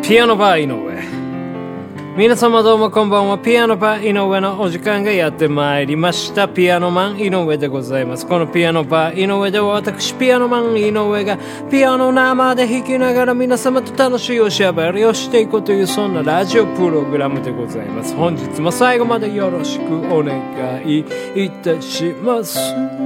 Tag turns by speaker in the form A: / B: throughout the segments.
A: ピアノバー井上。皆様どうもこんばんは。ピアノバー井上のお時間がやってまいりました。ピアノマン井上でございます。このピアノバー井上では私ピアノマン井上がピアノを生で弾きながら皆様と楽しいおしゃべりをしていこうというそんなラジオプログラムでございます。本日も最後までよろしくお願いいたします。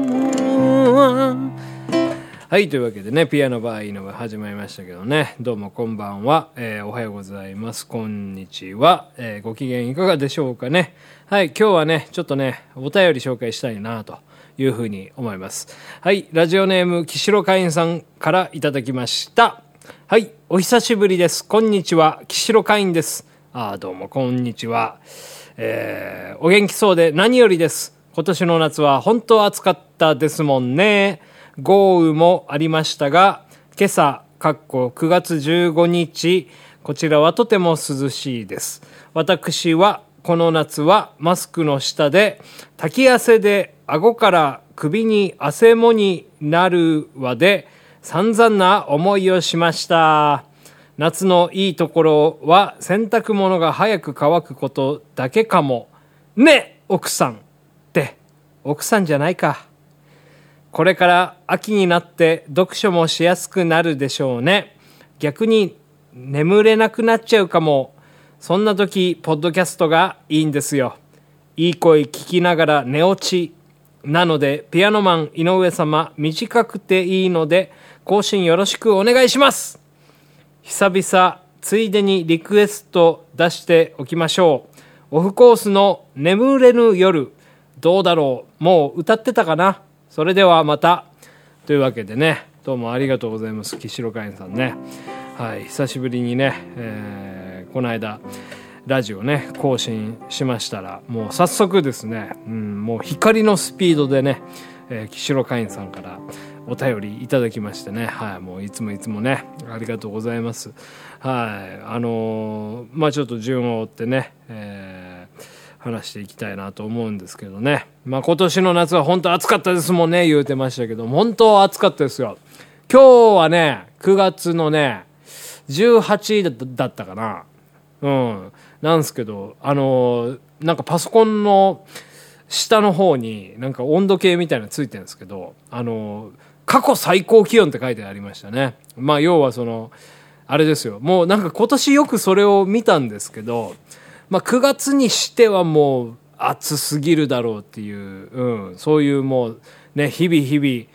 A: はい、というわけでね、ピアノバー井上始まりましたけどね、どうもこんばんは、おはようございます、こんにちは、ご機嫌いかがでしょうかね。はい、今日はねちょっとねお便り紹介したいなというふうに思います。はい、ラジオネーム岸代会員さんからいただきました。はい、お久しぶりです、こんにちは、岸代会員です。どうもこんにちは。お元気そうで何よりです。今年の夏は本当暑かったですもんね。豪雨もありましたが、今朝9月15日こちらはとても涼しいです。私はこの夏はマスクの下で滝汗で顎から首に汗もになるわで散々な思いをしました。夏のいいところは洗濯物が早く乾くことだけかもね。奥さんって奥さんじゃないか。これから秋になって読書もしやすくなるでしょうね。逆に眠れなくなっちゃうかも。そんな時ポッドキャストがいいんですよ。いい声聞きながら寝落ちなので、ピアノマン井上様、短くていいので更新よろしくお願いします。久々ついでにリクエスト出しておきましょう。オフコースの眠れぬ夜、どうだろう、もう歌ってたかな。それではまた。というわけでね、どうもありがとうございます、岸代会員さんね。はい、久しぶりにね、この間ラジオね更新しましたら、もう早速ですね、もう光のスピードでね、岸代会員さんからお便りいただきましてね、はい、もういつもねありがとうございます。はい、ちょっと順を追ってね、話していきたいなと思うんですけどね。今年の夏は本当暑かったですもんね、言うてましたけど、本当暑かったですよ。今日はね9月のね18だったかな、なんですけど、なんかパソコンの下の方になんか温度計みたいなのついてるんですけど、過去最高気温って書いてありましたね。要はあれですよ、もうなんか今年よくそれを見たんですけど、9月にしてはもう暑すぎるだろうっていう、そういうもうね、日々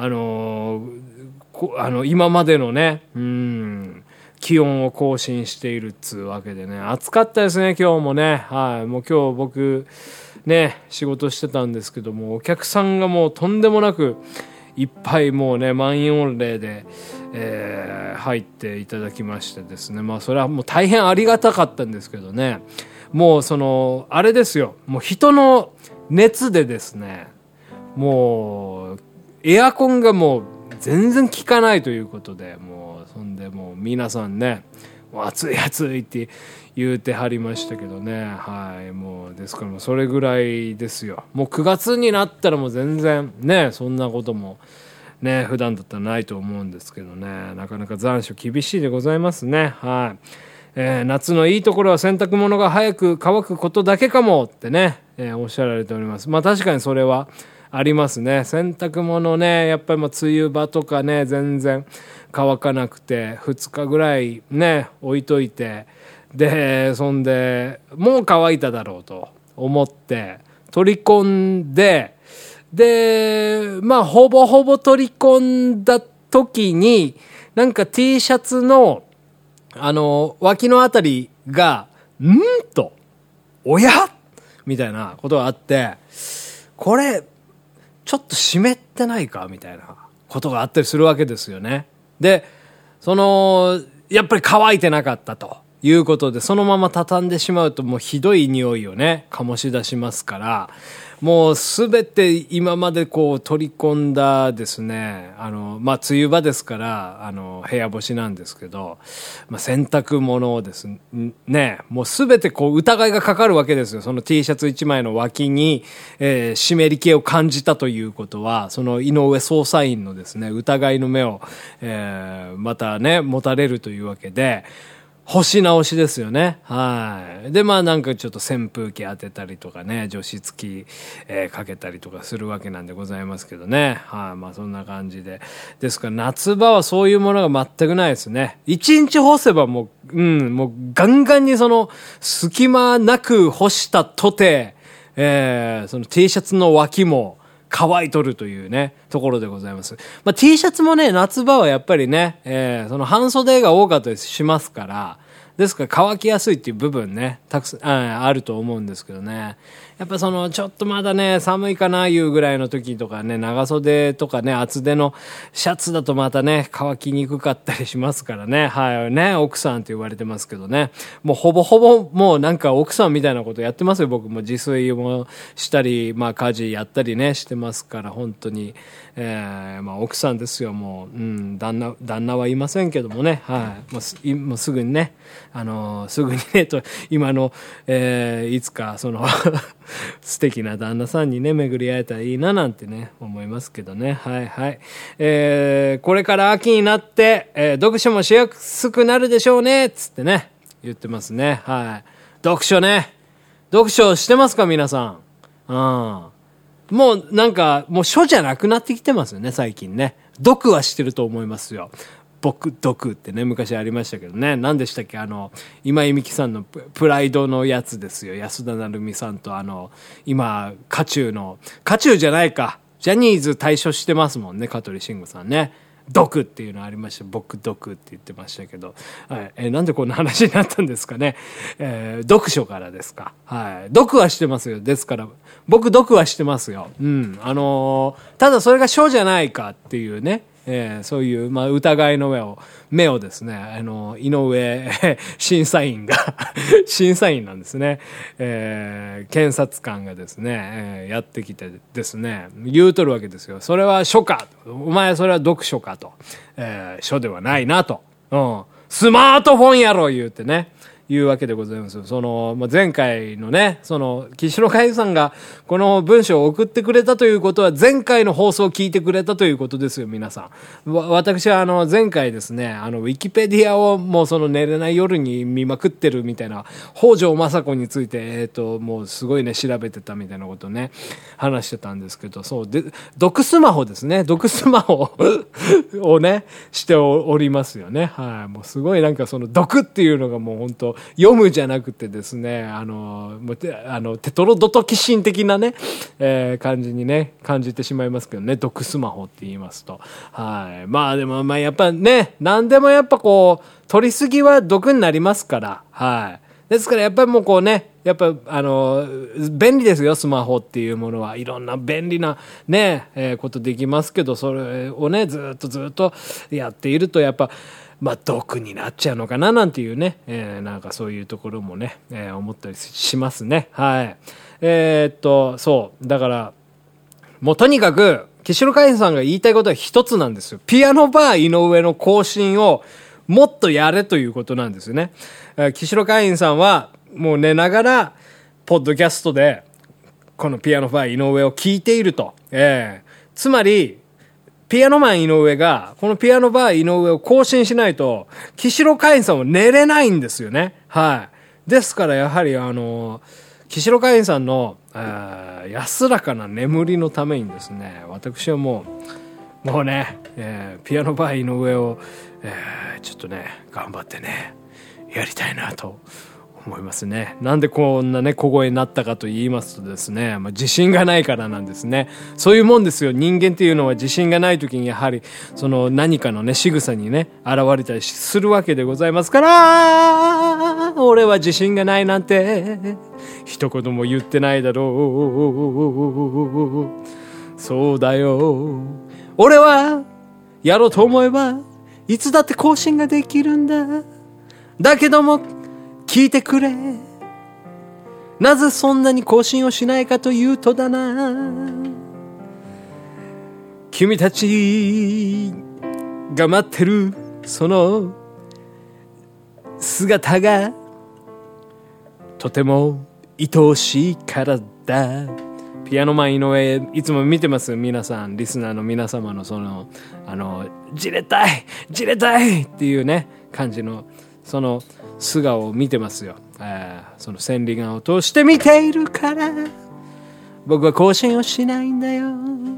A: 今までのね、気温を更新しているっつうわけでね、暑かったですね今日もね。はい、もう今日僕ね仕事してたんですけども、お客さんがもうとんでもなくいっぱいもうね満員御礼で、入っていただきましてですね、それはもう大変ありがたかったんですけどね、もうあれですよ、もう人の熱でですね、もうエアコンがもう全然効かないということで、もうそんでもう皆さんね、もう暑いって言うてはりましたけどね。はい、もうですからもうそれぐらいですよ。もう9月になったらもう全然ねそんなこともね普段だったらないと思うんですけどね、なかなか残暑厳しいでございますね。はい、夏のいいところは洗濯物が早く乾くことだけかもってね、おっしゃられております。確かにそれはありますね。洗濯物ね、やっぱり梅雨場とかね全然乾かなくて2日ぐらいね置いといて、でそんでもう乾いただろうと思って取り込んで、ほぼほぼ取り込んだ時になんか T シャツの脇のあたりがとおやみたいなことがあって、これちょっと湿ってないかみたいなことがあったりするわけですよね。でやっぱり乾いてなかったということで、そのまま畳んでしまうともうひどい匂いをね醸し出しますから、もうすべて今までこう取り込んだですね、梅雨場ですから部屋干しなんですけど、洗濯物をですね、もうすべてこう疑いがかかるわけですよ。その T シャツ1枚の脇に、湿り気を感じたということは、その井上捜査員のですね疑いの目を、またね持たれるというわけで、 干し直しですよね。はい。で、まあなんかちょっと扇風機当てたりとかね、除湿機、かけたりとかするわけなんでございますけどね。はい。まあそんな感じで。ですから夏場はそういうものが全くないですね。一日干せばもう、もうガンガンにその隙間なく干したとて、その T シャツの脇も、乾いとるというね、ところでございます。まあ、T シャツもね、夏場はやっぱりね、その半袖が多かったりしますから、ですから乾きやすいっていう部分ね、たくさん、あると思うんですけどね。やっぱその、ちょっとまだね、寒いかな、いうぐらいの時とかね、長袖とかね、厚手のシャツだとまたね、乾きにくかったりしますからね。はい、ね、奥さんって言われてますけどね。もうほぼほぼ、もうなんか奥さんみたいなことやってますよ、僕も自炊もしたり、まあ家事やったりね、してますから、本当に。まあ奥さんですよ、もう、旦那はいませんけどもね、はい。もうすぐにね、すぐにね、と、今の、いつか、その、素敵な旦那さんにね、巡り会えたらいいななんてね、思いますけどね。はいはい。これから秋になって、読書もしやすくなるでしょうね、つってね、言ってますね。はい。読書してますか、皆さん。もうなんか、もう書じゃなくなってきてますよね、最近ね。読はしてると思いますよ。読ってね、昔ありましたけどね。何でしたっけ、今井美樹さんのプライドのやつですよ。安田成美さんと今、渦中じゃないか。ジャニーズ退所してますもんね、香取慎吾さんね。読っていうのありました。読って言ってましたけど。はい。なんでこんな話になったんですかね。読書からですか。はい。読はしてますよ。ですから、僕読はしてますよ。ただそれが書じゃないかっていうね。そういう、まあ、疑いの目をですね、井上審査員なんですね。検察官がですね、やってきてですね、言うとるわけですよ。それは書か。お前それは読書かと。書ではないなと。スマートフォンやろ言うてね。いうわけでございます。前回のね、岸野海さんがこの文章を送ってくれたということは、前回の放送を聞いてくれたということですよ、皆さん。私は前回ですね、ウィキペディアをもう寝れない夜に見まくってるみたいな、北条政子について、もうすごいね、調べてたみたいなことをね、話してたんですけど、そう、で、読スマホですね、読スマホをね、しておりますよね。はい。もうすごいなんか読っていうのがもう本当読むじゃなくてですね、テトロドトキシン的なね、感じにね、感じてしまいますけどね、読スマホって言いますと。はい。まあでも、まあやっぱね、何でもやっぱ取りすぎは毒になりますから、はい。ですからやっぱりもうやっぱ便利ですよ、スマホっていうものは。いろんな便利なね、ことできますけど、それをね、ずっとやっているとやっぱ、まあ、毒になっちゃうのかななんていうね、なんかそういうところもね、思ったりしますね。はい。そう。だから、もうとにかく、岸野海さんが言いたいことは一つなんですよ。ピアノバー井上の更新をもっとやれということなんですよね。岸野海さんは、もう寝ながら、ポッドキャストで、このピアノバー井上を聞いていると。つまり、ピアノマン井上が、このピアノバー井上を更新しないと、岸野海さんは寝れないんですよね。はい。ですからやはり岸野海さんの、安らかな眠りのためにですね、私はもうね、ピアノバー井上を、ちょっとね、頑張ってね、やりたいなと思いますね。なんでこんなね、小声になったかと言いますとですね、まあ、自信がないからなんですね。そういうもんですよ。人間っていうのは自信がない時にやはり、何かのね、仕草にね、現れたりするわけでございますから、俺は自信がないなんて、一言も言ってないだろう。そうだよ。俺は、やろうと思えば、いつだって更新ができるんだ。だけども、聞いてくれ。なぜそんなに更新をしないかというとだな。君たちが待ってるその姿がとても愛おしいからだ。ピアノマン井上、いつも見てます皆さん、リスナーの皆様のじれたいっていうね、感じの、 素顔を見てますよ。その千里眼を通して見ているから僕は更新をしないんだよ。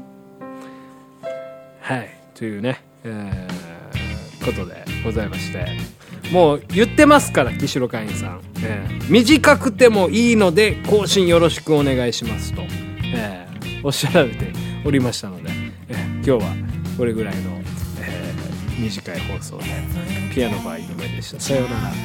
A: はいというね、ことでございまして、もう言ってますから岸路会員さん、短くてもいいので更新よろしくお願いしますと、おっしゃられておりましたので、今日はこれぐらいの、短い放送でピアノバー井上でした。さようなら。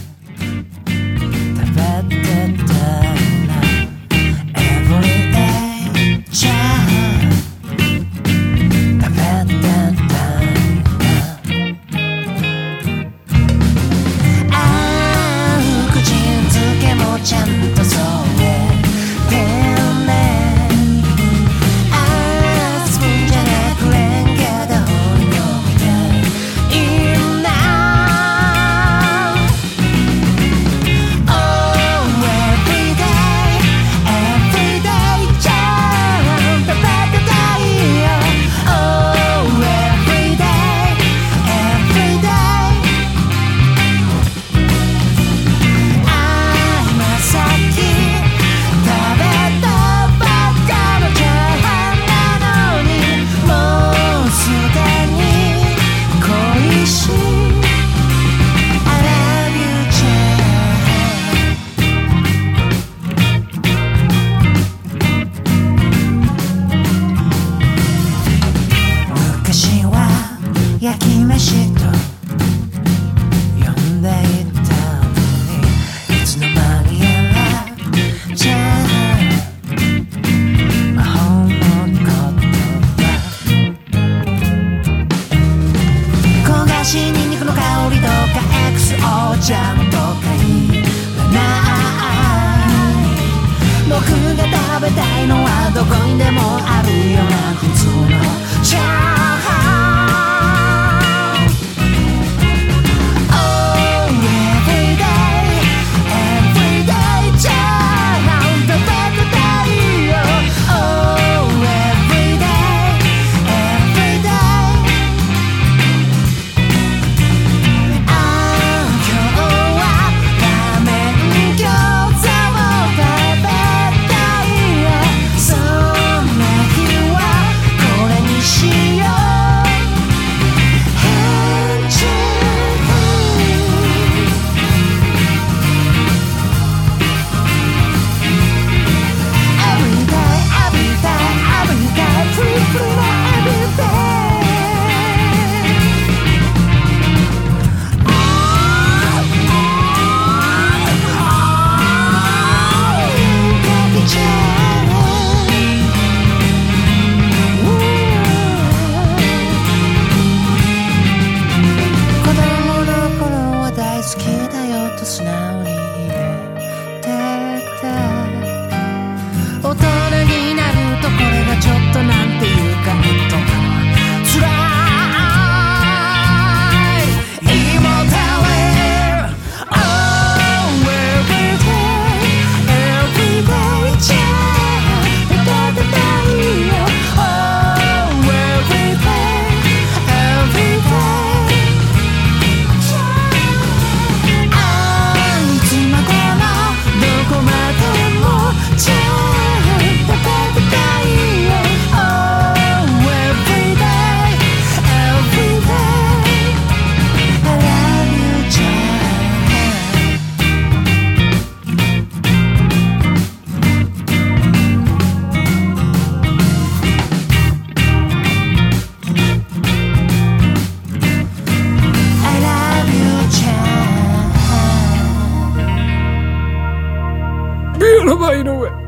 B: ちゃんとそうペンねスプーンじゃなくレンガで本読みたいいな Oh every day every day ちゃんと食べたいよ Oh every day every day焼き飯と呼んでいたのにいつの間にやらじゃあ魔法の言葉焦がしニンニクの香りとか XO ジャムとかいらない僕が食べたいのはどこにでもあるような普通のチャーハン
A: ピアノバー井上。